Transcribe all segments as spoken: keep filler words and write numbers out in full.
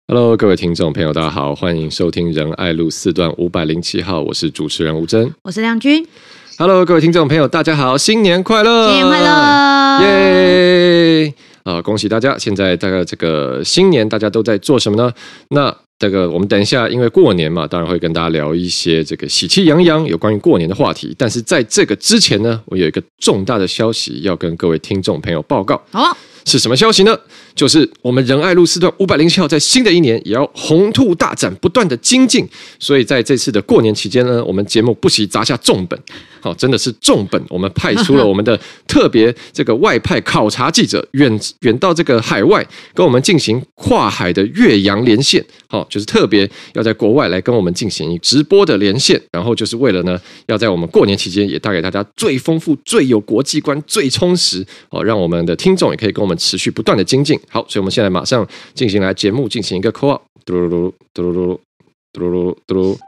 Hello， 各位听众朋友，大家好，欢迎收听仁爱路四段五百零七号，我是主持人吴峥， 我是亮君。 Hello， 各位听众朋友，大家好，新年快乐！ 新年快乐！ 耶！啊，恭喜大家！现在大概这个新年大家都在做什么呢？那这个我们等一下，因为过年嘛，当然会跟大家聊一些这个喜气洋洋有关于过年的话题。但是在这个之前呢，我有一个重大的消息要跟各位听众朋友报告。 好。 是什么消息呢？就是我们仁爱路四段五百零七号在新的一年也要红兔大展，不断的精进。所以在这次的过年期间呢，我们节目不惜砸下重本，好、哦，真的是重本。我们派出了我们的特别这个外派考察记者，远远到这个海外，跟我们进行跨海的越洋连线。好、哦，就是特别要在国外来跟我们进行直播的连线，然后就是为了呢，要在我们过年期间也带给大家最丰富、最有国际观、最充实哦，让我们的听众也可以跟我们持续不断的精进。好，所以我们现在马上进行来节目进行一个 call out， 嘟噜噜嘟噜噜嘟噜噜嘟噜。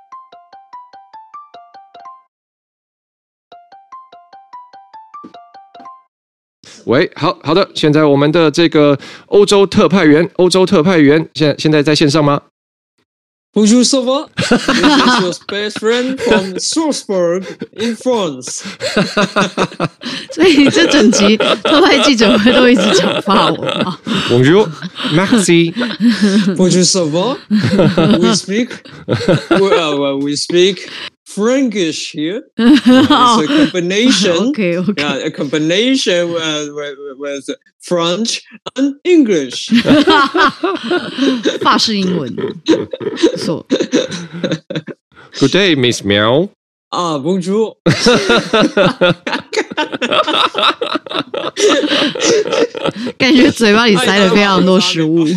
喂，好好的，现在我们的这个欧洲特派员，欧洲特派员现在现在在线上吗？ Bonjour, ça va? This is your best friend from Strasbourg in France. 所以这整集特派记者会都一直讲法文吗 Bonjour, merci. Bonjour, ça va? We speak, we, uh, well, we speak Frankish here. Uh, it's a combination. Okay, okay. Yeah, a combination uh, with, with French and English. 法式英文，不错。 Good day, Miss Miao. 啊 ，Bonjour. 感觉嘴巴里塞了非常多食物。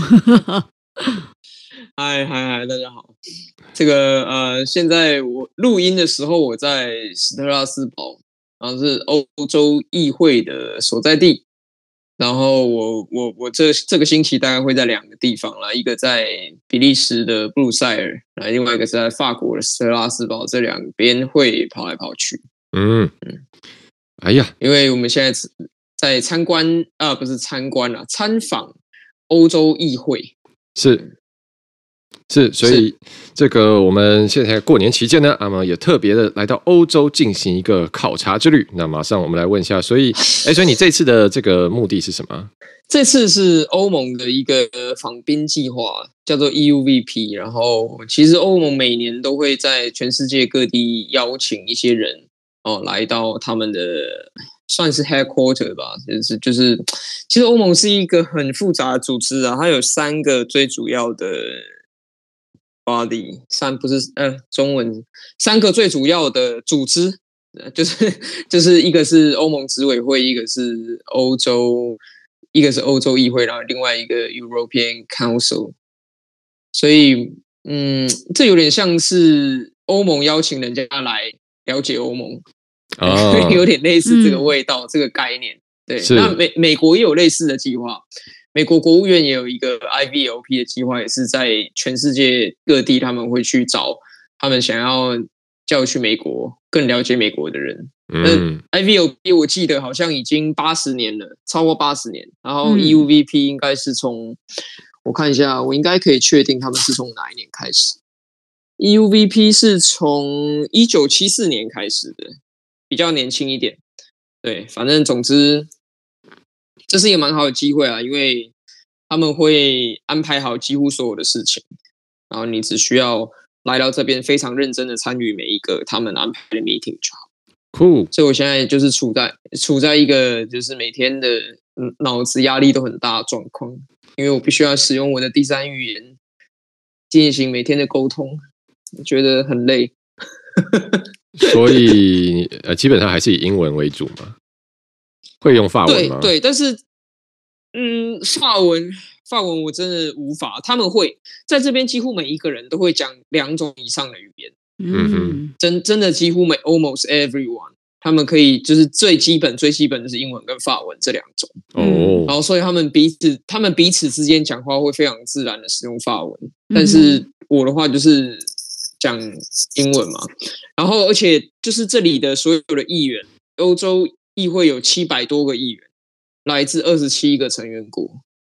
嗨嗨嗨，大家好。这个呃，现在我录音的时候，我在斯特拉斯堡，然后是欧洲议会的所在地。然后我我我这这个星期大概会在两个地方啦，一个在比利时的布鲁塞尔，然后另外一个是在法国的斯特拉斯堡，这两边会跑来跑去。 嗯嗯，哎呀， 因为我们现在在参观啊，不是参观啦，参访欧洲议会。 是。是，所以这个我们现在过年期间呢，阿们也特别的来到欧洲进行一个考察之旅。那马上我们来问一下，所以，哎，所以你这次的这个目的是什么？ 这次是欧盟的一个访宾计划，叫做 E U V P。然后，其实欧盟每年都会在全世界各地邀请一些人哦，来到他们的算是 headquarter 吧，就是就是，其实欧盟是一个很复杂的组织啊，它有三个最主要的。body 三不是呃中文三个最主要的组织，就是就是一个是欧盟执委会，一个是欧洲，一个是欧洲议会，然后另外一个 European Council。所以嗯，这有点像是欧盟邀请人家来了解欧盟，哦、有点类似这个味道，嗯、这个概念。对，那美美国也有类似的计划。美国国务院也有一个 I V L P 的计划，也是在全世界各地，他们会去找他们想要叫去美国更了解美国的人。嗯 ，I V L P 我记得好像已经八十年了，超过八十年。然后 E U V P 应该是从、嗯、我看一下，我应该可以确定他们是从哪一年开始。E U V P 是从一九七四年开始的，比较年轻一点。对，反正总之。这是一个蛮好的机会啊，因为他们会安排好几乎所有的事情，然后你只需要来到这边，非常认真的参与每一个他们安排的 meeting 就好。 酷， 所以我现在就是处在处在一个就是每天的脑子压力都很大的状况，因为我必须要使用我的第三语言进行每天的沟通，我觉得很累。 所以呃，基本上还是以英文为主嘛。会用法文吗？ 对对，但是，嗯，法文法文我真的无法。他们会在这边几乎每一个人都会讲两种以上的语言， 嗯哼， 真真的几乎每 almost everyone， 他们可以就是最基本最基本的是英文跟法文这两种哦，然后所以他们彼此他们彼此之间讲话会非常自然的使用法文，但是我的话就是讲英文嘛，然后而且就是这里的所有的议员，欧洲。议会有七百多个议员，来自二十七个成员国，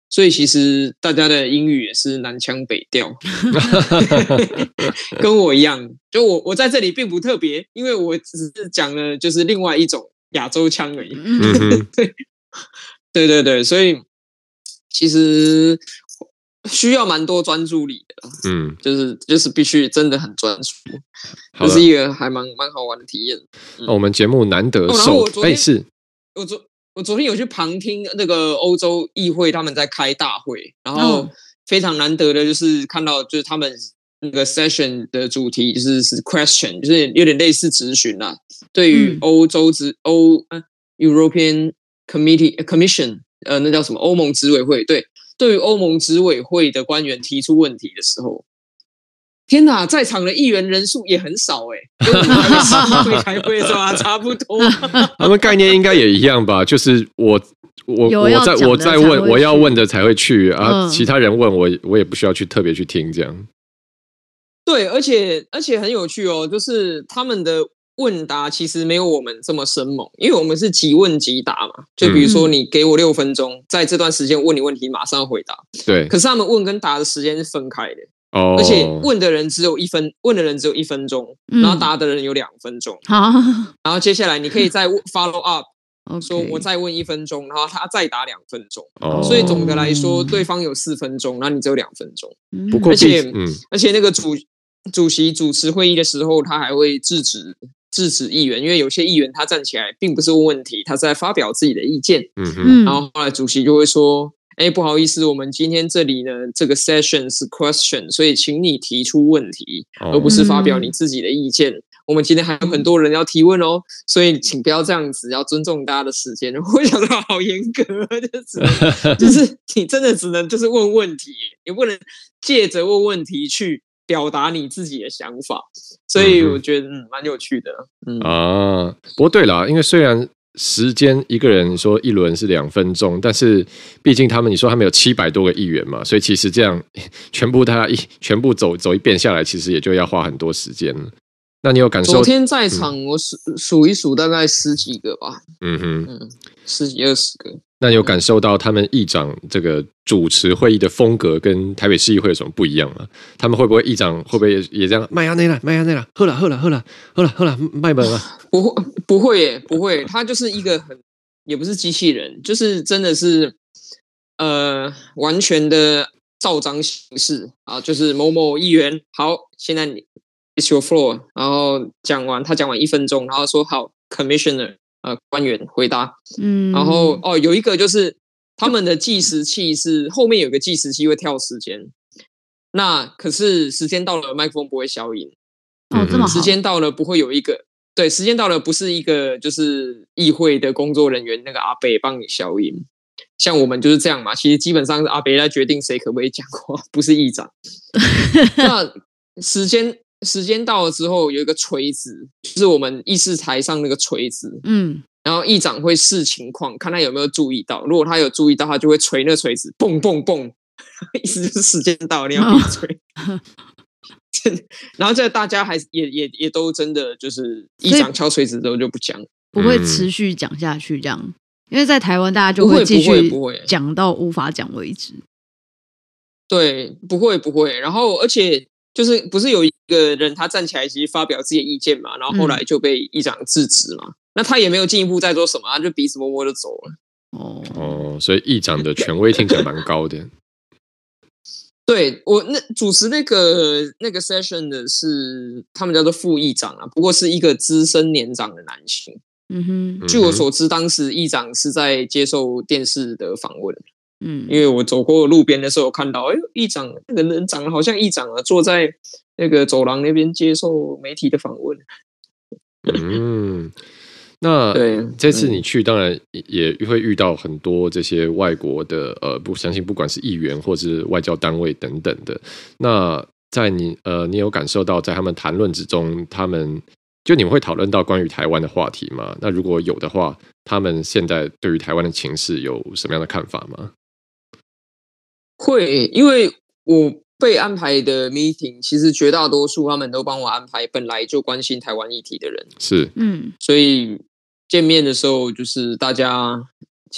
所以其实大家的英语也是南腔北调，跟我一样。就我我在这里并不特别，因为我只是讲了就是另外一种亚洲腔而已。 嗯对对对对，所以其实需要蛮多专注力的。嗯，就是就是必须真的很专注，这是一个还蛮蛮好玩的体验。 嗯哦、我们节目难得受，哎、哦、是， 我昨我昨天有去旁听那个欧洲议会他们在开大会，然后非常难得的就是看到就是他们那个 session 的主题就是是 question， 就是有点类似质询啦，对于欧洲执欧、嗯、European Committee Commission 呃那叫什么欧盟执委会，对，对于欧盟执委会的官员提出问题的时候。天哪，在场的议员人数也很少哎、欸，跟我们会开会的时候啊差不多。 他们概念应该也一样吧？就是我我我在我在问我要问的才会去啊，嗯、其他人问我我也不需要去特别去听这样。 对，而且而且很有趣哦，就是他们的问答其实没有我们这么生猛，因为我们是即问即答嘛。就比如说你给我六分钟，嗯、在这段时间问你问题，马上回答。对，可是他们问跟答的时间是分开的。哦，而且问的人只有一分，问的人只有一分钟，嗯、然后答的人有两分钟。好，然后接下来你可以再 follow up， 说我再问一分钟，然后他再答两分钟。哦，所以总的来说，对方有四分钟，那你只有两分钟。 不过， 而且、嗯、而且那个主主席主持会议的时候，他还会制止制止议员，因为有些议员他站起来并不是问问题，他是在发表自己的意见。嗯哼，然后后来主席就会说。哎，不好意思，我们今天这里呢，这个 session 是 question， 所以请你提出问题，哦、而不是发表你自己的意见。嗯、我们今天还有很多人要提问哦，所以请不要这样子，要尊重大家的时间。我想说好严格，就是就是你真的只能就是问问题，也不能借着问问题去表达你自己的想法。所以我觉得嗯蛮有趣的。嗯啊，不过对啦，因为虽然。时间一个人说一轮是两分钟，但是毕竟他们你说他们有七百多个议员嘛，所以其实这样全部大家一全部走走一遍下来，其实也就要花很多时间了。那你有感受？ 昨天在场、嗯、我数数一数，大概十几个吧。嗯哼，嗯，十几二十个。 那你有感受到他们议长这个主持会议的风格跟台北市议会有什么不一样吗？他们会不会议长会不会也这样麦亚内啦麦亚内啦喝了喝了喝了喝了喝了麦本啊？ 不会不会耶不会，他就是一个很也不是机器人，就是真的是呃完全的照章行事啊，就是某某议员好，现在你 it's your floor， 然后讲完他讲完一分钟，然后说好 commissioner。呃，官员回答，嗯，然后哦，有一个就是他们的计时器是后面有个计时器会跳时间，那可是时间到了，麦克风不会消音， 哦，这么好， 时间到了不会有一个，对，时间到了不是一个就是议会的工作人员那个阿北帮你消音，像我们就是这样嘛，其实基本上是阿北来决定谁可不可以讲话，不是议长。那时间。时间到了之后，有一个锤子，就是我们议事台上那个锤子，嗯，然后议长会视情况，看他有没有注意到。如果他有注意到，他就会锤那锤子，蹦蹦蹦，意思就是时间到了，你要闭嘴。哦、然后这大家还也也也都真的就是议长敲锤子之后就不讲， 不会持续讲下去这样，因为在台湾大家就会继续讲到无法讲为止。 对，不会不会，然后而且。就是不是有一个人他站起来其实发表自己的意见嘛，然后后来就被议长制止嘛，嗯、那他也没有进一步再做什么，他就鼻子摸摸就走了。 哦哦，所以议长的权威听起来蛮高的。 对我那主持那个那个 session 的是他们叫做副议长啊，不过是一个资深年长的男性。嗯哼，据我所知，当时议长是在接受电视的访问。嗯，因为我走过路边的时候，我看到，哎，议长那个人长得好像议长啊，坐在那个走廊那边接受媒体的访问。 嗯，那这次你去，当然也会遇到很多这些外国的，呃，不相信不管是议员或是外交单位等等的。那在你呃，你有感受到在他们谈论之中，他们就你们会讨论到关于台湾的话题吗？那如果有的话，他们现在对于台湾的情势有什么样的看法吗？ 会，因为我被安排的 meeting， 其实绝大多数他们都帮我安排本来就关心台湾议题的人， 是， 嗯，所以见面的时候就是大家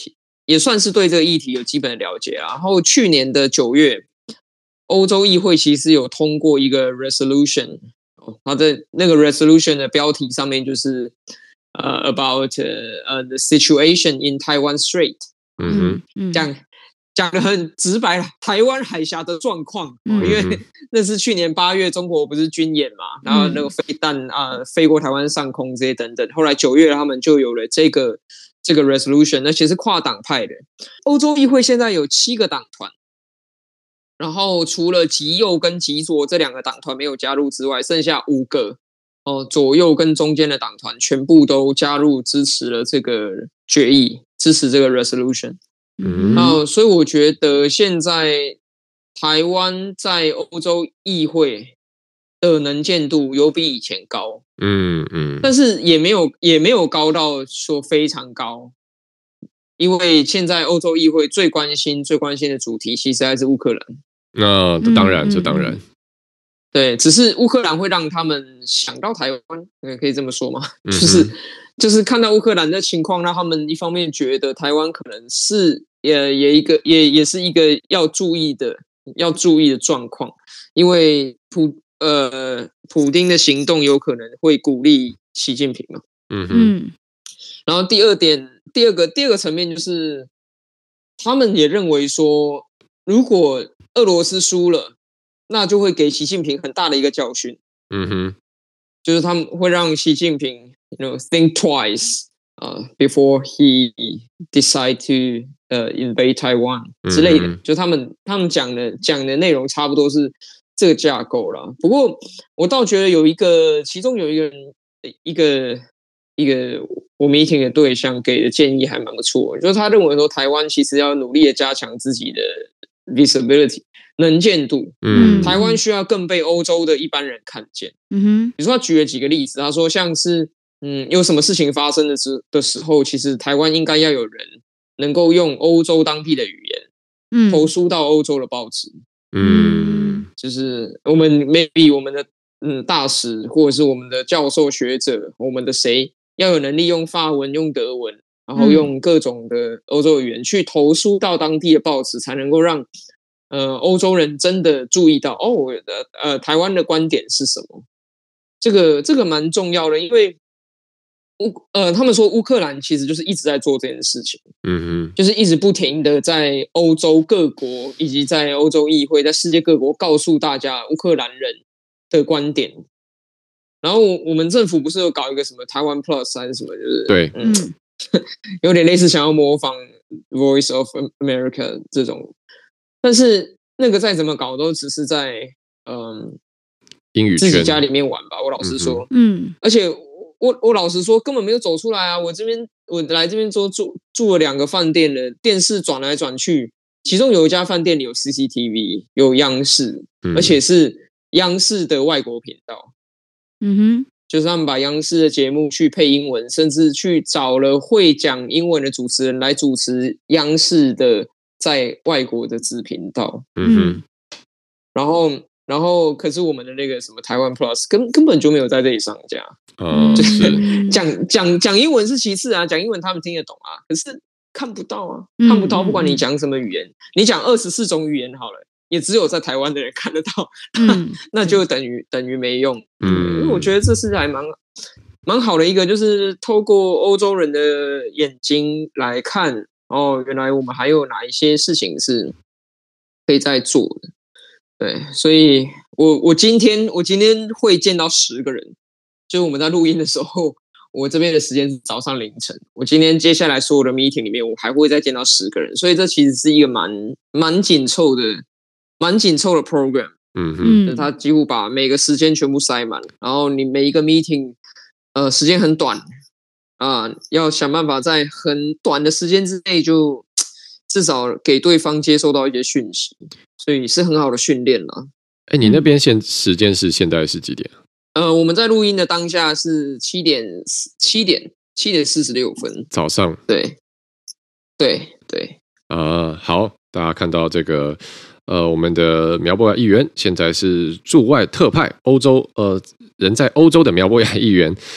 也算是对这个议题有基本的了解啊。然后去年的九月，欧洲议会其实有通过一个 resolution， 它的那个 resolution 的标题上面就是呃 about 呃、uh, the situation in Taiwan Strait， 嗯哼， 讲讲得很直白了，台湾海峡的状况， 嗯、 因为那是去年八月中国不是军演嘛，然后那个飞弹啊、呃、飞过台湾上空这些等等，后来九月他们就有了这个这个 resolution， 而且是跨党派的。欧洲议会现在有七个党团。然后除了极右跟极左这两个党团没有加入之外，剩下五个哦，左右跟中间的党团全部都加入支持了这个决议，支持这个 resolution。 嗯， 哦，所以我觉得现在台湾在欧洲议会的能见度有比以前高， 嗯嗯， 但是也没有也没有高到说非常高。因为现在欧洲议会最关心、最关心的主题，其实还是乌克兰。 那、呃、当然，这、嗯、当然， 对，只是乌克兰会让他们想到台湾，可以这么说吗？ 嗯、 就是就是看到乌克兰的情况，让他们一方面觉得台湾可能是也也一个也也是一个要注意的要注意的状况，因为普呃普丁的行动有可能会鼓励习近平嘛。 嗯哼。 然后第二点，第二个第二个层面就是，他们也认为说，如果俄罗斯输了，那就会给习近平很大的一个教训。 嗯哼， 就是他们会让习近平 ，you know, think twice 啊、uh, before he decide to 呃、uh, invade Taiwan 之类的。嗯、就他们他们讲的讲的内容差不多是这个架构啦。不过我倒觉得有一个，其中有一个人一个一个我 meeting 的对象给的建议还蛮不错的，就是他认为说台湾其实要努力的加强自己的 visibility 能见度，嗯，台湾需要更被欧洲的一般人看见。嗯哼，比如说他举了几个例子，他说像是嗯有什么事情发生的时的时候，其实台湾应该要有人能够用欧洲当地的语言，嗯，投书到欧洲的报纸，嗯，就是我们 maybe 我们的嗯大使或者是我们的教授学者，我们的谁要有能力用法文、用德文，然后用各种的欧洲语言去投书到当地的报纸，才能够让呃欧洲人真的注意到哦，呃台湾的观点是什么。这个这个蛮重要的，因为乌呃他们说乌克兰其实就是一直在做这件事情，嗯哼，就是一直不停的在欧洲各国以及在欧洲议会，在世界各国告诉大家乌克兰人的观点。然后我们政府不是有搞一个什么台湾 Plus 还是什么，就是对， 嗯，有点类似想要模仿 Voice of America 这种，但是那个再怎么搞都只是在嗯英语圈自己家里面玩吧。我老实说， 嗯， 而且我我老实说根本没有走出来啊！我这边我来这边住住住了两个饭店了，电视转来转去，其中有一家饭店里有 C C T V， 有央视，嗯、而且是央视的外国频道。嗯哼，就是他们把央视的节目去配英文，甚至去找了会讲英文的主持人来主持央视的在外国的子频道。嗯哼，然后，然后，可是我们的那个什么台湾 Plus 根根本就没有在这里上架。 哦， 就是讲讲讲英文是其次啊，讲英文他们听得懂啊，可是看不到啊，看不到，不管你讲什么语言，你讲二十四种语言好了。也只有在台湾的人看得到，嗯、那就等于等于没用。嗯，因为我觉得这是还蛮蛮好的一个，就是透过欧洲人的眼睛来看，哦，原来我们还有哪一些事情是可以在做的。对，所以我我今天我今天会见到十个人，就是我们在录音的时候，我这边的时间是早上凌晨。我今天接下来所有的 meeting 里面，我还会再见到十个人，所以这其实是一个蛮蛮紧凑的。蛮紧凑的 program， 嗯哼，就是它几乎把每个时间全部塞满，然后你每一个 meeting， 呃，时间很短啊，要想办法在很短的时间之内就至少给对方接收到一些讯息，所以是很好的训练啦。 哎，你那边现时间是现在是几点？ 呃，我们在录音的当下是七点七点七点四十六分， 早上。 对，对对。 啊，好，大家看到这个。呃，我们的苗博雅议员现在是驻外特派欧洲，呃，人在欧洲的苗博雅议员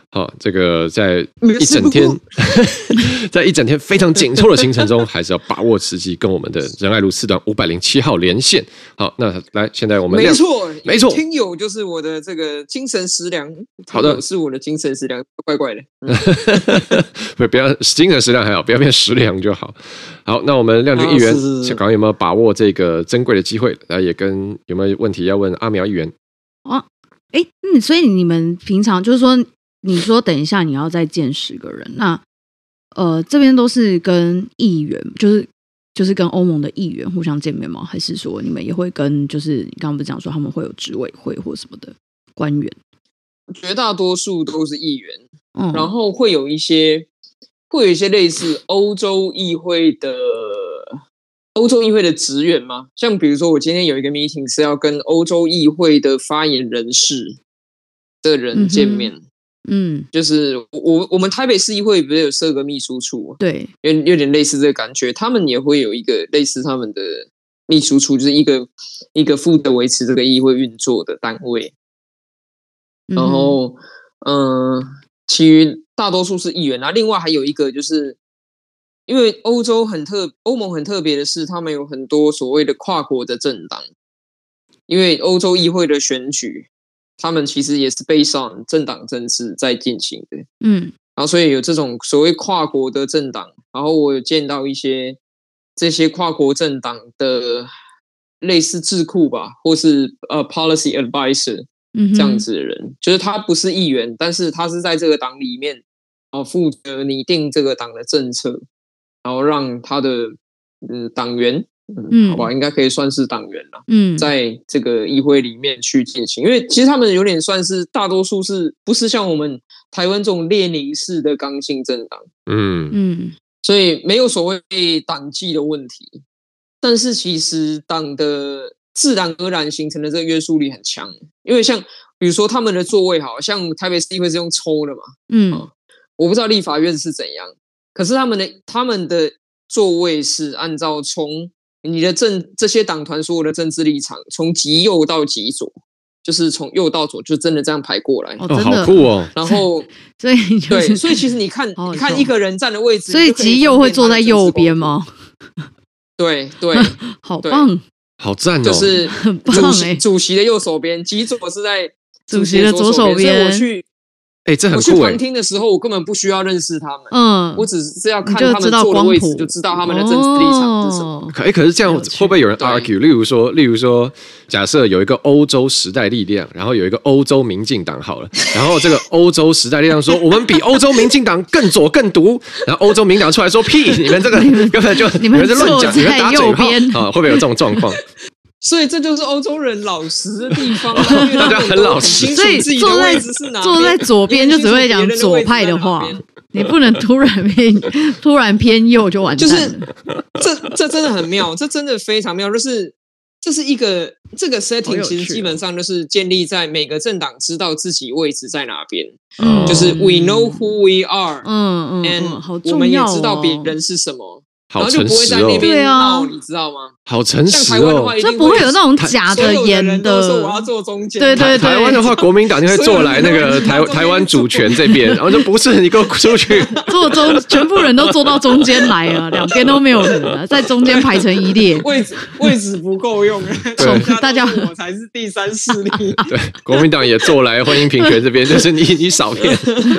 好、哦，这个在一整天，在一整天非常紧凑的行程中，还是要把握时机，跟我们的仁爱路四段五百零七号连线。好，那来，现在我们没错， 没错， 听友就是我的这个精神食粮。 好的， 是我的精神食粮，怪怪的。嗯、 不，不要精神食粮还好，不要变食粮就好。好，那我们亮君议员，刚刚、啊、有没有把握这个珍贵的机会？来，也跟有没有问题要问阿苗议员？ 啊，哎，嗯，所以你们平常就是说。你说等一下你要再见十个人，那呃这边都是跟议员，就是就是跟欧盟的议员互相见面吗？还是说你们也会跟就是你刚刚不是讲说他们会有执委会或什么的官员？ 绝大多数都是议员，嗯，然后会有一些会有一些类似欧洲议会的欧洲议会的职员吗？像比如说我今天有一个 meeting 是要跟欧洲议会的发言人士的人见面。嗯嗯， 就是我我们台北市议会不是有设个秘书处， 对， 有有点类似这个感觉，他们也会有一个类似他们的秘书处，就是一个一个负责维持这个议会运作的单位。然后，嗯、呃，其余大多数是议员，然后另外还有一个就是，因为欧洲很特，欧盟很特别的是，他们有很多所谓的跨国的政党，因为欧洲议会的选举。他们其实也是based on政党政治在进行的， 嗯， 然后所以有这种所谓跨国的政党，然后我有见到一些这些跨国政党的类似智库吧，或是呃 policy advisor 这样子的人，嗯、就是他不是议员，但是他是在这个党里面，然后负责拟定这个党的政策，然后让他的嗯党员。嗯，好吧，应该可以算是党员了。嗯，在这个议会里面去进行，因为其实他们有点算是大多数是不是像我们台湾这种列宁式的刚性政党？嗯嗯，所以没有所谓党纪的问题，但是其实党的自然而然形成的这个约束力很强，因为像比如说他们的座位，好像台北市议会是用抽的嘛，嗯、啊，我不知道立法院是怎样，可是他们的他们的座位是按照从你的政这些党团所有的政治立场，从极右到极左，就是从右到左，就真的这样排过来。 哦，真的好酷哦！ 然后， 所以、就是、 对，所以其实你看，你看一个人站的位置， 所以极右会坐在右边吗？ 对对， 好棒， 好赞哦！ 就是很棒哎、欸， 主席的右手边，极左是在主席的左手边。 我去。 哎、欸，这很酷哎！ 我去旁听的时候，我根本不需要认识他们，嗯，我只是要看他们坐的位置，就知道他们的政治立场是什么。 可哎、欸，可是这样会不会有人 argue？ 例如说，例如说，假设有一个欧洲时代力量，然后有一个欧洲民进党好了，然后这个欧洲时代力量说我们比欧洲民进党更左更毒，然后欧洲民党出来说屁，你们这个根本就你们在乱讲，你们打嘴炮啊，会不会有这种状况？ 所以这就是欧洲人老实的地方， 大家很老实， 所以坐在坐在左边就只会讲左派的话，你不能突然偏突然偏右就完蛋了。 就是这这真的很妙，这真的非常妙，就是这是一个这个 setting 其实基本上就是建立在每个政党知道自己位置在哪边，嗯、就是 we know who we are， 嗯嗯 ，and 好重要哦、 我们也知道别人是什么。 好诚实哦， 对啊，你知道吗？ 好诚实哦， 像台湾的话， 这不会有那种假的演的。说我要坐中间， 对对对。 台湾的话，国民党就会坐来那个台台湾主权这边，然后就不是你给我出去坐中，全部人都坐到中间来了，两边都没有人了，在中间排成一列， 位置位置不够用，大家我才是第三势力。 对，国民党也坐来婚姻平权这边，就是你你少骗。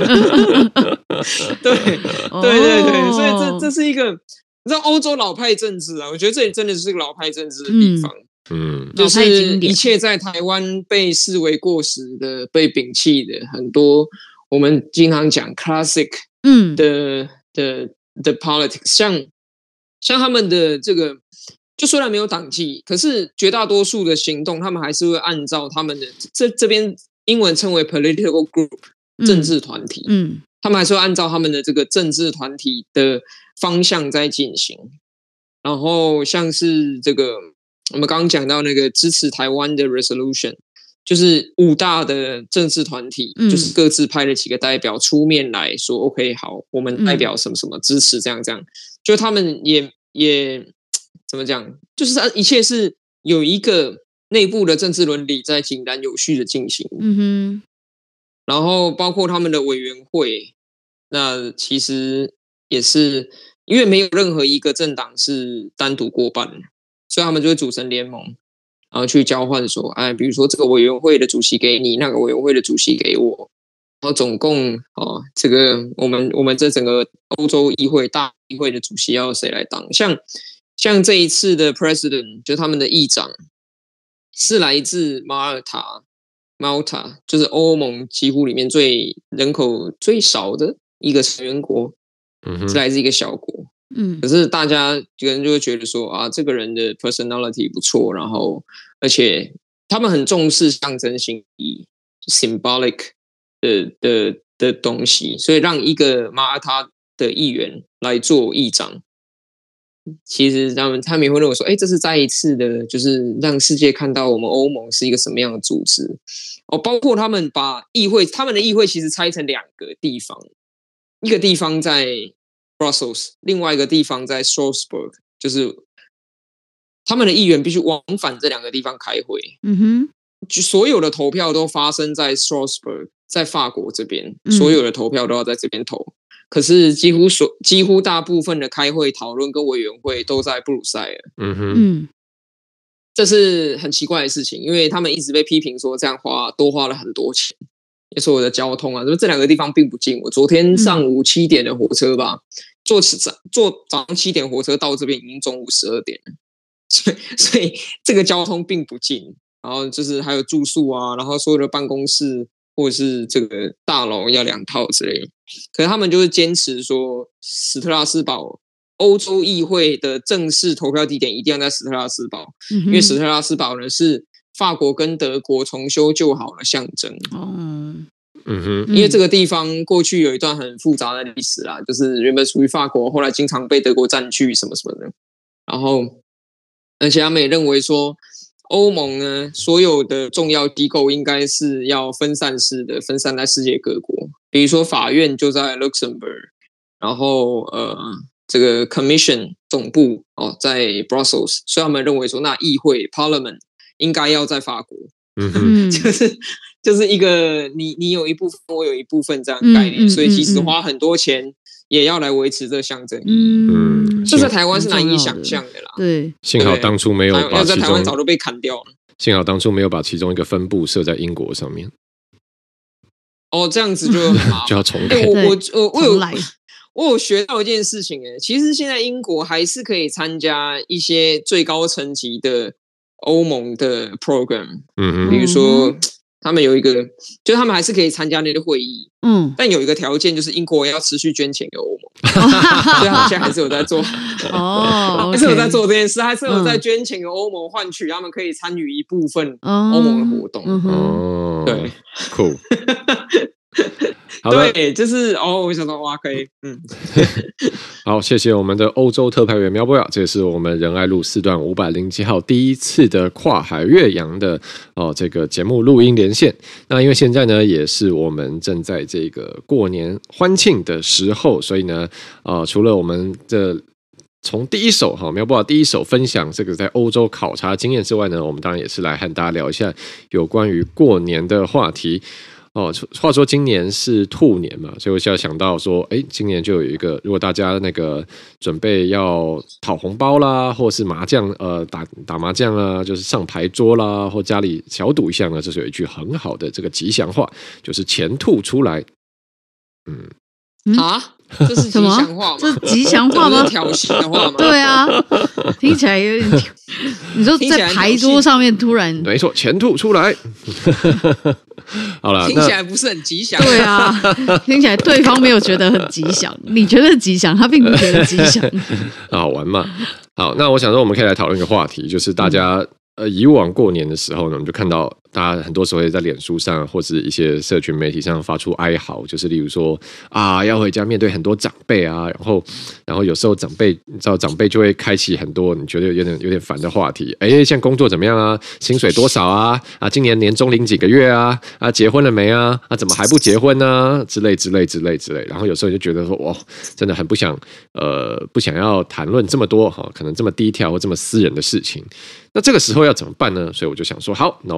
对对对对，所以这这是一个。你知道欧洲老派政治啊，我觉得这里真的是个老派政治的地方。嗯，就是一切在台湾被视为过时的、被摒弃的，很多我们经常讲 classic 嗯的的的 politics， 像像他们的这个，就虽然没有党纪，可是绝大多数的行动，他们还是会按照他们的这这边英文称为 political group 政治团体，嗯。嗯他们还是会按照他们的这个政治团体的方向在进行，然后像是这个我们刚刚讲到那个支持台湾的 resolution， 就是五大的政治团体，嗯、就是各自派了几个代表出面来说 ，OK， 好，我们代表什么什么支持这样这样，就他们也也怎么讲，就是一切是有一个内部的政治伦理在井然有序的进行。嗯哼。 然后包括他们的委员会，那其实也是因为没有任何一个政党是单独过半，所以他们就会组成联盟，然后去交换说，哎，比如说这个委员会的主席给你，那个委员会的主席给我，然后总共哦，这个我们我们这整个欧洲议会大议会的主席要谁来当？像像这一次的 president 就是他们的议长是来自马耳他 Malta， 就是欧盟几乎里面最人口最少的一个成员国，嗯、是来自一个小国。嗯，可是大家可能就会觉得说啊，这个人的 personality 不错，然后而且他们很重视象征性意义 symbolic 的的的东西，所以让一个马耳他的议员来做议长，其实他们他们也会认为说，哎，这是再一次的，就是让世界看到我们欧盟是一个什么样的组织哦。包括他们把议会，他们的议会其实拆成两个地方，一个地方在Brussels， 另外一个地方在 Strasbourg， 就是他们的议员必须往返这两个地方开会。嗯哼，就所有的投票都发生在 Strasbourg， 在法国这边，所有的投票都要在这边投。嗯、可是几乎所几乎大部分的开会讨论跟委员会都在布鲁塞尔。嗯哼，这是很奇怪的事情，因为他们一直被批评说这样花多花了很多钱。所有的交通啊，这两个地方并不近。我昨天上午七点的火车吧，嗯、坐坐早上七点火车到这边已经中午十二点了，所以所以这个交通并不近。然后就是还有住宿啊，然后所有的办公室或者是这个大楼要两套之类的。可是他们就是坚持说，史特拉斯堡欧洲议会的正式投票地点一定要在史特拉斯堡，嗯、因为史特拉斯堡呢是法国跟德国重修旧好的象征。哦，嗯哼，因为这个地方过去有一段很复杂的历史啦，就是原本属于法国，后来经常被德国占据什么什么的。然后，而且他们也认为说，欧盟呢所有的重要机构应该是要分散式的，分散在世界各国。比如说法院就在 Luxembourg， 然后呃这个 Commission 总部哦在 Brussels， 所以他们认为说，那议会 Parliament 应该要在法国。嗯哼，就是就是一个你你有一部分，我有一部分这样的概念，嗯嗯嗯嗯，所以其实花很多钱也要来维持这个象征意义。嗯，这在台湾是难以想象的啦。对， 幸好当初没有把其中，要在台湾早就被砍掉了。 幸好当初没有把其中一个分部设在英国上面。 哦，这样子就很麻烦就要重改。 欸、我我我我有我有学到一件事情哎，其实现在英国还是可以参加一些最高层级的欧盟的 program， 嗯，比如说他们有一个，就是他们还是可以参加那个会议，嗯，但有一个条件就是英国要持续捐钱给欧盟，所以他们现在还是有在做，哦，还是有在做这件事，还是有在捐钱给欧盟，换取他们可以参与一部分欧盟的活动。哦，对， 酷。 对，就是哦，我想说哇，可以，嗯， 好，谢谢我们的欧洲特派员苗博雅，这是我们仁爱路四段五百零七号第一次的跨海越洋的哦这个节目录音连线。那因为现在呢，也是我们正在这个过年欢庆的时候，所以呢，呃，除了我们的从第一手哈苗博雅第一手分享这个在欧洲考察经验之外呢，我们当然也是来和大家聊一下有关于过年的话题。哦，话说今年是兔年嘛，所以我现在想到说，哎，今年就有一个，如果大家那个准备要讨红包啦，或是麻将，呃，打打麻将啊，就是上牌桌啦，或家里小赌一下呢，这是有一句很好的这个吉祥话，就是钱兔出来。 嗯啊，这是吉祥话吗？ 这是吉祥话吗？ 挑衅的话吗？ 对啊，听起来有点。你说在牌桌上面突然， 没错，钱兔出来。好了， 听起来不是很吉祥。 对啊，听起来对方没有觉得很吉祥，你觉得吉祥，他并不觉得吉祥。 好玩嘛？好，那我想说，我们可以来讨论一个话题，就是大家、嗯、呃，以往过年的时候呢，我们就看到大家很多时候也在脸书上或是一些社群媒体上发出哀嚎，就是例如说啊，要回家面对很多长辈啊，然后然后有时候长辈，你知道长辈就会开启很多你觉得有点有点烦的话题，哎，现在工作怎么样啊？薪水多少啊？啊，今年年终领几个月啊？啊，结婚了没啊？啊，怎么还不结婚呢？之类之类之类之类，然后有时候就觉得说，哇，真的很不想呃不想要谈论这么多哈，可能这么低调或这么私人的事情。那这个时候要怎么办呢？所以我就想说，好，那我们就来跟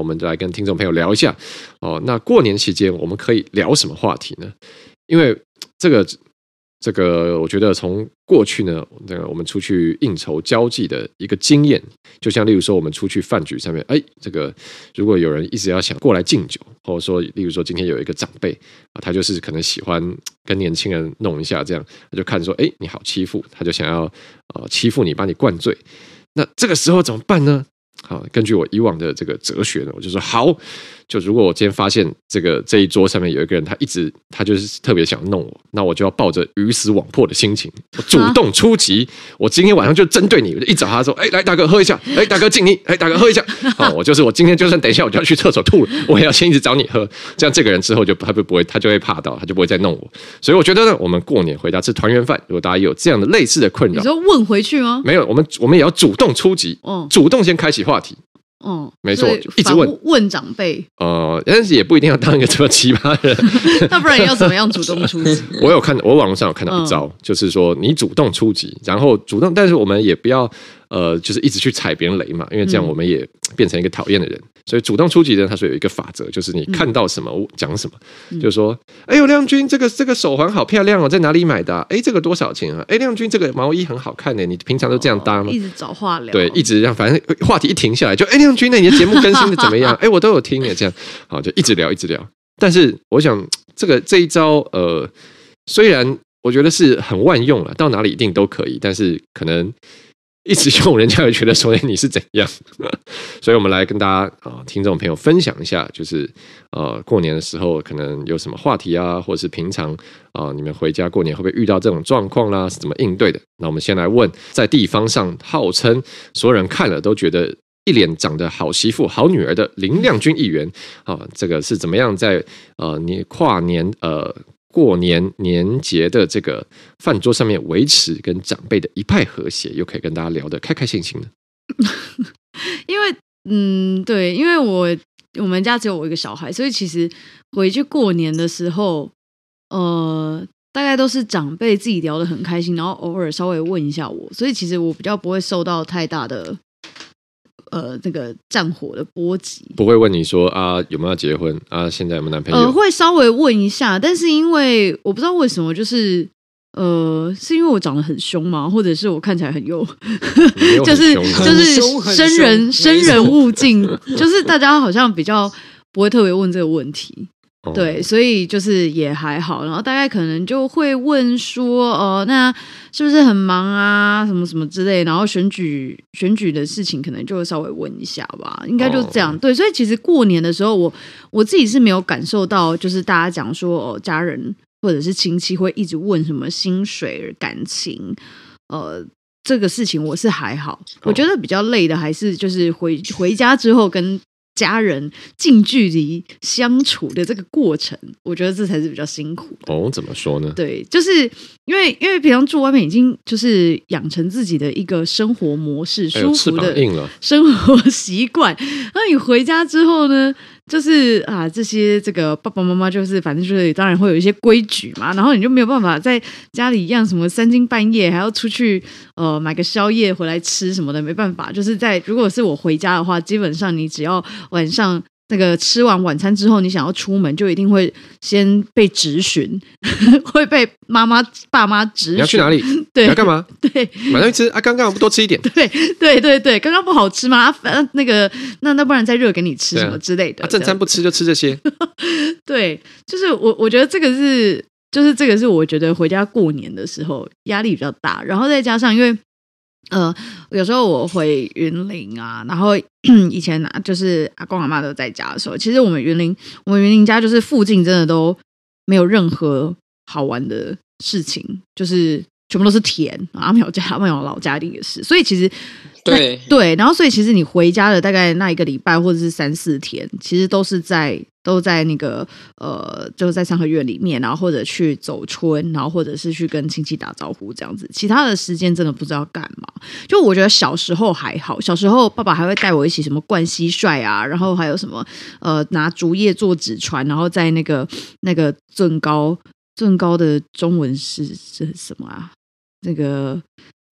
跟听众朋友聊一下哦。那过年期间我们可以聊什么话题呢？因为这个这个，我觉得从过去呢，这个我们出去应酬交际的一个经验，就像例如说我们出去饭局上面，哎，这个如果有人一直要想过来敬酒，或者说例如说今天有一个长辈啊，他就是可能喜欢跟年轻人弄一下，这样他就看说，哎，你好欺负，他就想要呃欺负你，把你灌醉。那这个时候怎么办呢？好，根据我以往的这个哲学呢，我就说好，就如果我今天发现这个这一桌上面有一个人，他一直他就是特别想弄我，那我就要抱着鱼死网破的心情，我主动出击。我今天晚上就针对你，我就一找他说：“哎，来大哥喝一下，哎大哥敬你，哎大哥喝一下。”好，我就是我今天就算等一下我就要去厕所吐了，我也要先一直找你喝，这样这个人之后就他就不会他就会怕到，他就不会再弄我。所以我觉得呢，我们过年回家吃团圆饭，如果大家有这样的类似的困扰， 你说问回去吗？ 没有，我们我们也要主动出击，嗯、主动先开启话题。 哦， 没错，一直问问长辈， 呃，但是也不一定要当一个这么奇葩的人， 那不然要怎么样主动出击？ 我有看，我网络上有看到一招，嗯、就是说你主动出击，然后主动，但是我们也不要呃，就是一直去踩别人雷嘛，因为这样我们也变成一个讨厌的人。嗯、所以主动出击呢，他说有一个法则，就是你看到什么讲、嗯、什么，就是说，哎呦，亮君这个这个手环好漂亮哦，在哪里买的、啊？哎，这个多少钱啊？哎，亮君这个毛衣很好看呢，你平常都这样搭吗？ 哦、一直找话聊， 对，一直让，反正话题一停下来就，哎，亮君，那你的节目更新的怎么样？哎，我都有听耶，这样，好，就一直聊，一直聊。但是我想，这个这一招，呃，虽然我觉得是很万用了，到哪里一定都可以，但是可能一直用，人家会觉得说你是怎样。所以我们来跟大家啊、呃，听众朋友分享一下，就是呃，过年的时候可能有什么话题啊，或者是平常啊、呃，你们回家过年会不会遇到这种状况啦？是怎么应对的？那我们先来问，在地方上号称所有人看了都觉得一脸长得好媳妇、好女儿的林亮君议员啊，这个是怎么样在呃你跨年呃过年年节的这个饭桌上面维持跟长辈的一派和谐，又可以跟大家聊得开开心心呢？ 因为嗯，对，因为我我们家只有我一个小孩，所以其实回去过年的时候，呃。大概都是长辈自己聊得很开心，然后偶尔稍微问一下我，所以其实我比较不会受到太大的呃那个战火的波及。不会问你说啊有没有要结婚啊，现在有没有男朋友？ 呃，会稍微问一下，但是因为我不知道为什么，就是呃，是因为我长得很凶吗？或者是我看起来很有，就是就是生人生人勿近，就是大家好像比较不会特别问这个问题。对，所以就是也还好，然后大概可能就会问说，呃，那是不是很忙啊，什么什么之类，然后选举选举的事情可能就会稍微问一下吧，应该就这样。哦、对，所以其实过年的时候我，我我自己是没有感受到，就是大家讲说，哦，家人或者是亲戚会一直问什么薪水、感情，呃，这个事情我是还好。哦、我觉得比较累的还是就是回回家之后跟家人近距离相处的这个过程，我觉得这才是比较辛苦的。 哦，怎么说呢？ 对，就是因为因为平常住外面已经就是养成自己的一个生活模式，舒服的生活习惯。那你回家之后呢，就是啊，这些这个爸爸妈妈就是反正就是当然会有一些规矩嘛，然后你就没有办法在家里一样什么三更半夜还要出去呃买个宵夜回来吃什么的，没办法。就是在如果是我回家的话，基本上你只要晚上那个吃完晚餐之后，你想要出门，就一定会先被质询，会被妈妈爸妈质询。 你要去哪里？ 对， 你要干嘛？ 对， 晚上去吃啊？刚刚不多吃一点？ 对对对对，刚刚不好吃吗？啊，那个那那不然再热给你吃什么之类的。 啊、正餐不吃就吃这些。 对，就是我我觉得这个是，就是这个是我觉得回家过年的时候压力比较大，然后再加上因为。呃，有时候我回云林啊，然后以前啊，就是阿公阿嬷都在家的时候，其实我们云林，我们云林家就是附近真的都没有任何好玩的事情，就是全部都是田，阿苗家、阿苗老家里也是，所以其实对对，然后所以其实你回家的大概那一个礼拜或者是三四天，其实都是在。都在那个呃，就是在三合院里面，然后或者去走春，然后或者是去跟亲戚打招呼这样子。其他的时间真的不知道干嘛。就我觉得小时候还好，小时候爸爸还会带我一起什么灌蟋蟀啊，然后还有什么呃拿竹叶做纸船，然后在那个那个圳高圳高的中文是是什么啊？那个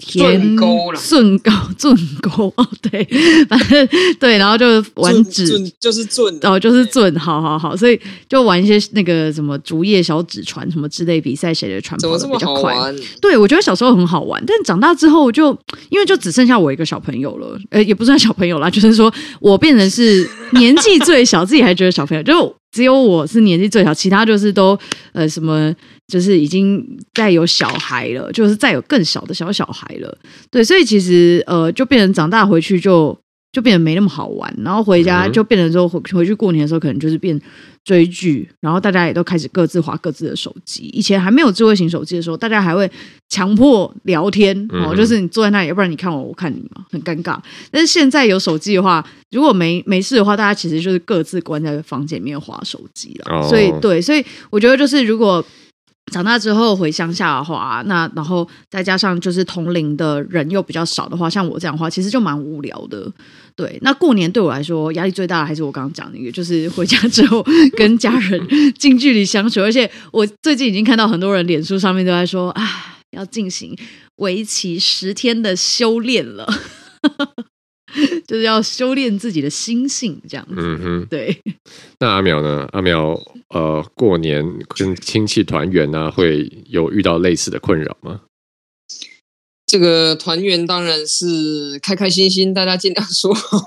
田沟啦， 顺沟顺沟哦，对，反正对，然后就玩纸， 就是准哦，就是准，好好好，所以就玩一些那个什么竹叶小纸船什么之类比赛，谁的船跑得比较快。对，我觉得小时候很好玩，但长大之后就因为就只剩下我一个小朋友了，呃，也不算小朋友啦，就是说我变成是年纪最小，自己还觉得小朋友，就只有我是年纪最小，其他就是都呃什么。就是已经再有小孩了，就是再有更小的小小孩了，对，所以其实呃，就变成长大回去就就变得没那么好玩，然后回家就变成说回回去过年的时候，可能就是变追剧，然后大家也都开始各自滑各自的手机。以前还没有智慧型手机的时候，大家还会强迫聊天哦，嗯、就是你坐在那里，要不然你看我，我看你嘛，很尴尬。但是现在有手机的话，如果没没事的话，大家其实就是各自关在房间里面滑手机了。哦、所以对，所以我觉得就是如果。长大之后回乡下的话，那然后再加上就是同龄的人又比较少的话，像我这样的话，其实就蛮无聊的。对，那过年对我来说压力最大的还是我刚刚讲的一个，就是回家之后跟家人近距离相处，而且我最近已经看到很多人脸书上面都在说，啊，要进行为期十天的修炼了。就是要修炼自己的心性，这样子。嗯哼，对。 那阿苗呢？阿苗呃，过年跟亲戚团圆啊，会有遇到类似的困扰吗？ 这个团圆当然是开开心心，大家尽量说好。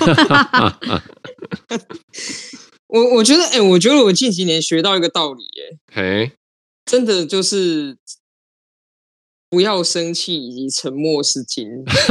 我我觉得，哎、欸，我觉得我近几年学到一个道理、欸，哎，真的就是。不要生气，以及沉默是金。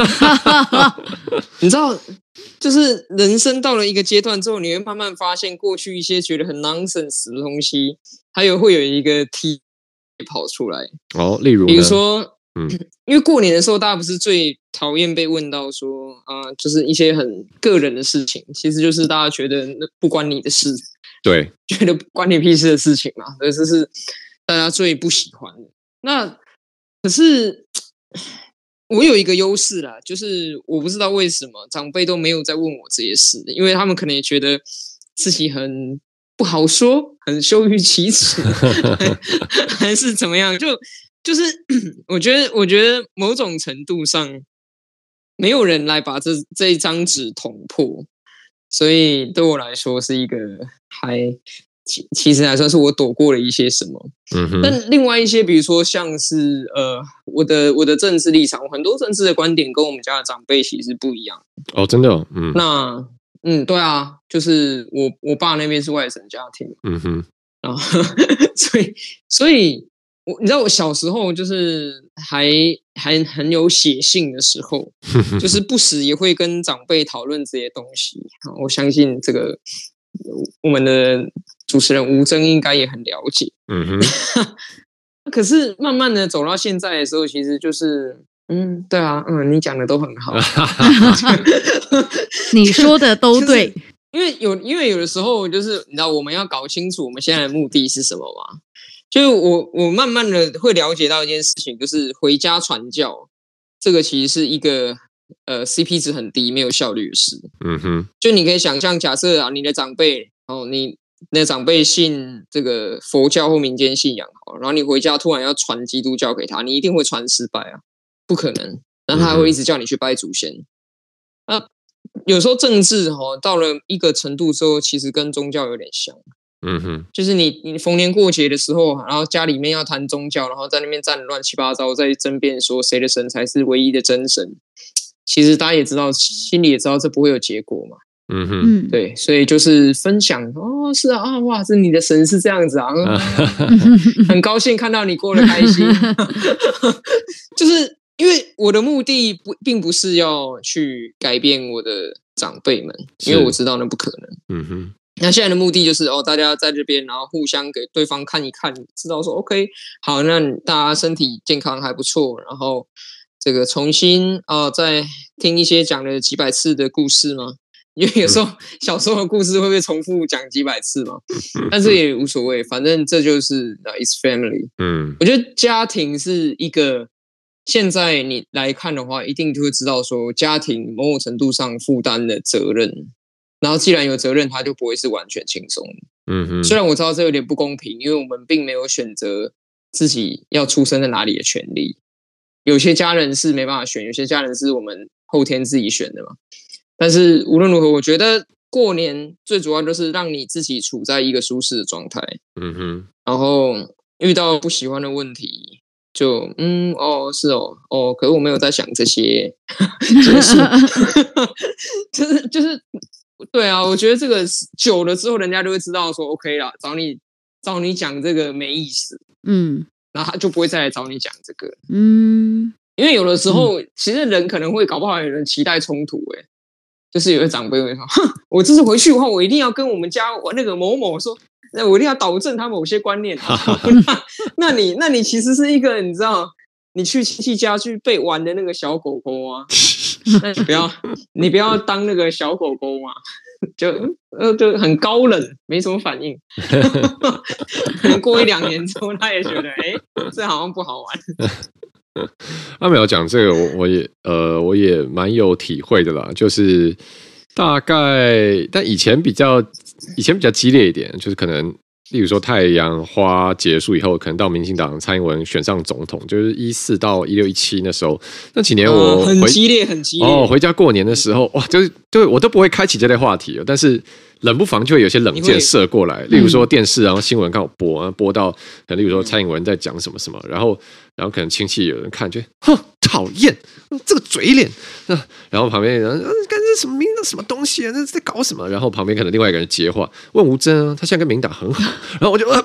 你知道，就是人生到了一个阶段之后，你会慢慢发现，过去一些觉得很 nonsense 的东西，还有会有一个 T 跑出来。 哦，例如， 比如说，嗯，因为过年的时候，大家不是最讨厌被问到说啊、呃，就是一些很个人的事情，其实就是大家觉得不关你的事， 对， 觉得关你屁事的事情嘛，这是大家最不喜欢的。那可是我有一个优势啦，就是我不知道为什么长辈都没有在问我这些事，因为他们可能也觉得自己很不好说，很羞于启齿，还是怎么样？就就是我觉得，我觉得某种程度上，没有人来把这这一张纸捅破，所以对我来说是一个还。其其实还算是我躲过了一些什么，嗯哼。但另外一些，比如说像是呃，我的我的政治立场，很多政治的观点跟我们家的长辈其实不一样。 哦，真的、哦，嗯。 那嗯，对啊，就是我我爸那边是外省家庭，嗯哼。然后所以所以我你知道我小时候就是还还很有血性的时候，就是不时也会跟长辈讨论这些东西。我相信这个我们的。主持人吴峥应该也很了解，嗯哼。可是慢慢的走到现在的时候，其实就是，嗯，对啊，嗯，你讲的都很好， 你说的都对。 就是、因为有，因为有的时候就是你知道，我们要搞清楚我们现在的目的是什么嘛。就是我，我慢慢的会了解到一件事情，就是回家传教，这个其实是一个呃 C P 值很低、没有效率的事。嗯哼，就你可以想象，假设啊，你的长辈，哦，你。那长辈信这个佛教或民间信仰，然后你回家突然要传基督教给他，你一定会传失败啊，不可能。然后他还会一直叫你去拜祖先。那、啊、有时候政治哈到了一个程度之后，其实跟宗教有点像。嗯哼，就是你你逢年过节的时候，然后家里面要谈宗教，然后在那边站乱七八糟，在争辩说谁的神才是唯一的真神。其实大家也知道，心里也知道这不会有结果嘛。嗯哼，对，所以就是分享哦，是啊，啊哇，这你的神是这样子啊，嗯、很高兴看到你过得开心。就是因为我的目的不并不是要去改变我的长辈们，因为我知道那不可能。嗯哼，那现在的目的就是哦，大家在这边，然后互相给对方看一看，知道说 OK， 好，那大家身体健康还不错，然后这个重新啊、呃，再听一些讲了几百次的故事吗？因为有时候小时候的故事会被重复讲几百次嘛，但是也无所谓，反正这就是 it's family。嗯，我觉得家庭是一个，现在你来看的话，一定就会知道说家庭某种程度上负担的责任，然后既然有责任，它就不会是完全轻松的。嗯哼，虽然我知道这有点不公平，因为我们并没有选择自己要出生在哪里的权利， 有些家人是没办法选，有些家人是我们后天自己选的嘛。但是无论如何，我觉得过年最主要就是让你自己处在一个舒适的状态， 嗯哼， 然后遇到不喜欢的问题，就嗯哦是哦哦，可是我没有在想这些，结束，就是就是对啊，我觉得这个久了之后，人家就会知道说 OK 啦，找你找你讲这个没意思， 嗯， 然后他就不会再来找你讲这个， 嗯， 因为有的时候、嗯、其实人可能会搞不好有人期待冲突、欸，就是有的长辈会说，哼，我这次回去的话，我一定要跟我们家那个某某说。那我一定要导正他某些观念。那, 那你，那你其实是一个，你知道，你去亲戚家去被玩的那个小狗狗啊，那你不要，你不要当那个小狗狗嘛，就呃就很高冷，没什么反应。可能过一两年之后，他也觉得，哎、欸，这好像不好玩。 阿淼讲这个，我我也呃我也蛮有体会的啦，就是大概，但以前比较。以前比较激烈一点，就是可能，例如说太阳花结束以后，可能到民进党蔡英文选上总统，就是一四到一六一七那时候，那几年我、 呃、很激烈，很激烈。 哦，回家过年的时候，哇，就是对我都不会开启这类话题，但是冷不防就会有些冷箭射过来，例如说电视，然后新闻刚好播，播到，可能例如说蔡英文在讲什么什么，然后，然后可能亲戚有人看，就哼。讨厌这个嘴脸，然后旁边人干这什么民党什么东西啊？这在搞什么？然后旁边可能另外一个人接话，问吴峥啊，他现在跟民党很好，然后我就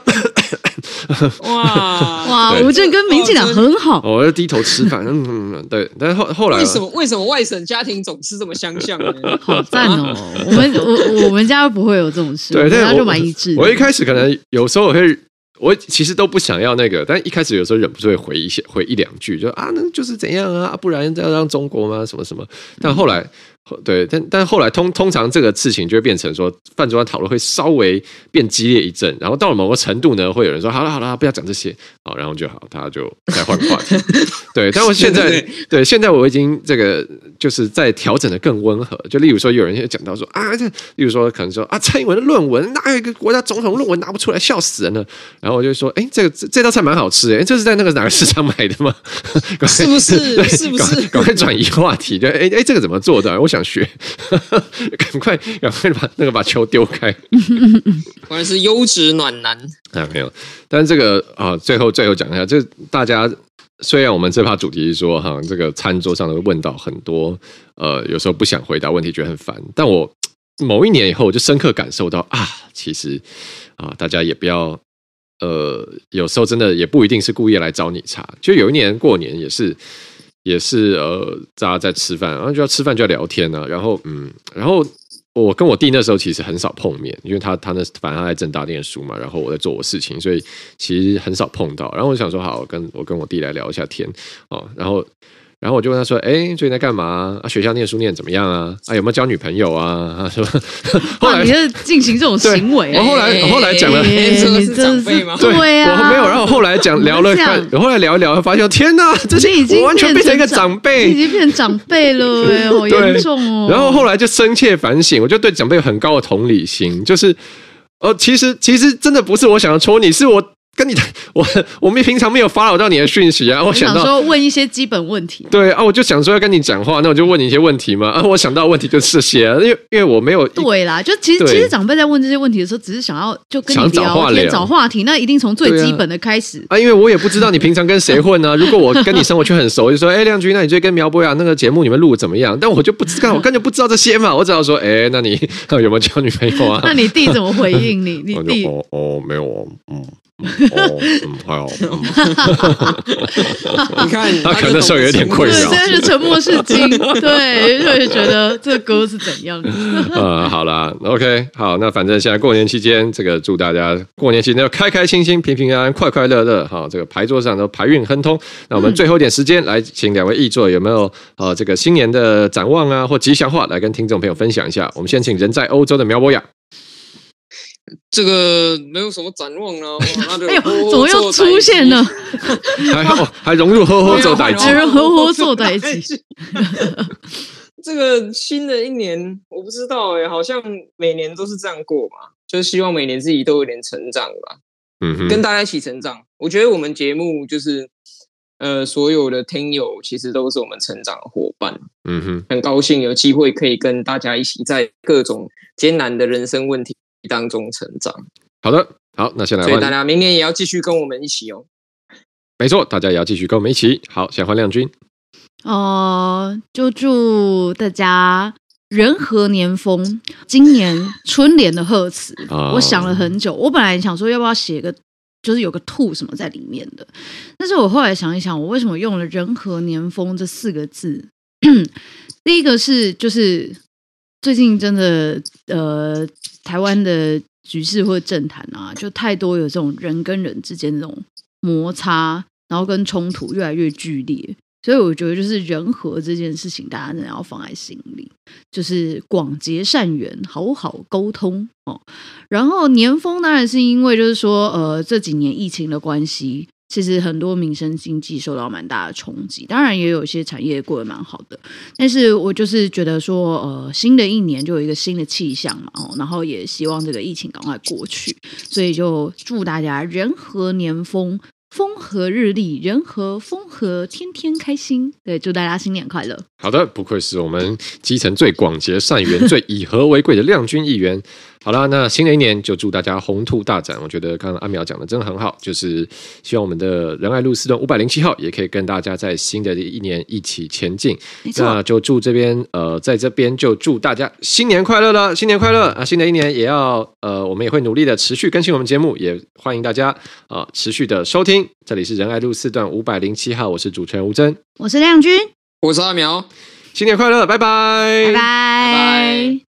哇哇，吴峥跟民进党很好， 我就低头吃饭，嗯嗯，对，但是后后来为什么为什么外省家庭总是这么相像呢？ 好赞哦！我们我我们家不会有这种事， 对， 我们家就蛮一致的。 我一开始可能有时候我会。我其实都不想要那个，但一开始有时候忍不住会回一些回一两句，就啊，那就是怎样啊，不然要让中国吗？什么什么？但后来，对，但但后来通通常这个事情就会变成说，饭桌上讨论会稍微变激烈一阵，然后到了某个程度呢，会有人说好了好了，不要讲这些，好，然后就好，他就再换个话题。对，但我现在对, 对, 对现在我已经这个就是在调整的更温和，就例如说有人讲到说啊，例如说可能说啊，蔡英文的论文哪有一个国家总统论文拿不出来，笑死人了。然后我就说，哎，这个这道菜蛮好吃，哎，这是在那个哪个市场买的吗？ 是不是？是不是？ 赶快转移话题，就哎哎，这个怎么做的？我想学，赶快赶快把那个把球丢开。 果然是优质暖男啊，没有。但是这个啊，最后最后讲一下，就大家虽然我们这趴主题是说哈，这个餐桌上都会问到很多呃，有时候不想回答问题，觉得很烦。但我某一年以后，我就深刻感受到啊，其实啊，大家也不要。呃，有时候真的也不一定是故意来找你茬。就有一年过年也是，也是呃，大家在吃饭，然后就要吃饭就要聊天啊。然后嗯，然后我跟我弟那时候其实很少碰面，因为他他那反正他在政大念书嘛，然后我在做我事情，所以其实很少碰到。然后我想说，好，跟我跟我弟来聊一下天哦，然后。然后我就问他说：“哎，最近在干嘛？啊，学校念书念怎么样啊？啊，有没有交女朋友啊？啊，什么？”后来你是进行这种行为、 啊？我后来我后来讲了， 这个是长辈吗？ 对啊， 我没有。然后后来讲聊了，我后来聊一聊，发现天哪，这些我完全变成一个长辈， 已经变成长辈了，哎，好严重哦。 然后后来就深切反省，我就对长辈有很高的同理心，就是呃，其实其实真的不是我想要戳你，是我。跟你我我们平常没有发扰到你的讯息啊，我想到想说问一些基本问题。 对啊，我就想说要跟你讲话，那我就问你一些问题嘛。啊，我想到的问题就是这些、啊，因为因为我没有对啦，就其实其实长辈在问这些问题的时候，只是想要就跟你聊天找话题，那一定从最基本的开始啊, 啊。因为我也不知道你平常跟谁混呢、啊。如果我跟你生活圈很熟，就说哎，亮君，那你最近跟苗博雅那个节目你们录怎么样？但我就不知道，我根本不知道这些嘛。我只要说哎，那你有没有交女朋友啊？ 那你弟怎么回应你？你弟哦哦没有哦，嗯。哦，嗯，还好。 你看， 他可能那时候有点困扰， 真的是沉默是金，对，就会觉得这歌是怎样的。 呃，好啦 ，OK， 好，那反正现在过年期间，这个祝大家过年期间开开心心、平平安安、快快乐乐，哈，这个牌桌上都牌运亨通。那我们最后一点时间，来请两位议座有没有呃这个新年的展望啊，或吉祥话来跟听众朋友分享一下？我们先请人在欧洲的苗博雅。 这个没有什么展望啊， 哎呦，怎么又出现了？ 还好还融入呵呵做代志， 还融呵做代志。 这个新的一年，我不知道哎、欸，好像每年都是这样过嘛，就是希望每年自己都有点成长吧，嗯，跟大家一起成长。我觉得我们节目就是呃，所有的听友其实都是我们成长的伙伴。 嗯哼， 很高兴有机会可以跟大家一起在各种艰难的人生问题当中成长。 好的，好，那先来换， 所以大家明年也要继续跟我们一起哦。 没错，大家也要继续跟我们一起。好，先换亮君。 呃，就祝大家人和年丰，今年春联的贺词， 哦、 我想了很久。我本来想说要不要写个，就是有个兔什么在里面的，但是我后来想一想，我为什么用了人和年丰这四个字？第一个是就是最近真的呃，台湾的局势或政坛啊，就太多有这种人跟人之间这种摩擦，然后跟冲突越来越剧烈。所以我觉得就是人和这件事情，大家真的要放在心里，就是广结善缘，好好沟通哦。然后年丰当然是因为就是说，呃，这几年疫情的关系，其实很多民生经济受到蛮大的冲击，当然也有一些产业过得蛮好的。但是我就是觉得说，呃，新的一年就有一个新的气象嘛，哦，然后也希望这个疫情赶快过去，所以就祝大家人和年丰。风和日丽，人和风和，天天开心。对，祝大家新年快乐。 好的，不愧是我们基层最广结善缘、最以和为贵的亮君议员。好啦，那新的一年就祝大家红兔大展。我觉得刚刚阿苗讲的真的很好，就是希望我们的仁爱路四段五百零七号也可以跟大家在新的一年一起前进。那就祝这边呃，在这边就祝大家新年快乐了，新年快乐啊！新的一年也要呃，我们也会努力的持续更新我们节目，也欢迎大家啊、呃、持续的收听。这里是仁爱路四段五百零七号，我是主持人吴峥， 我是亮君， 我是阿苗， 新年快乐，拜拜， 拜拜， 拜拜。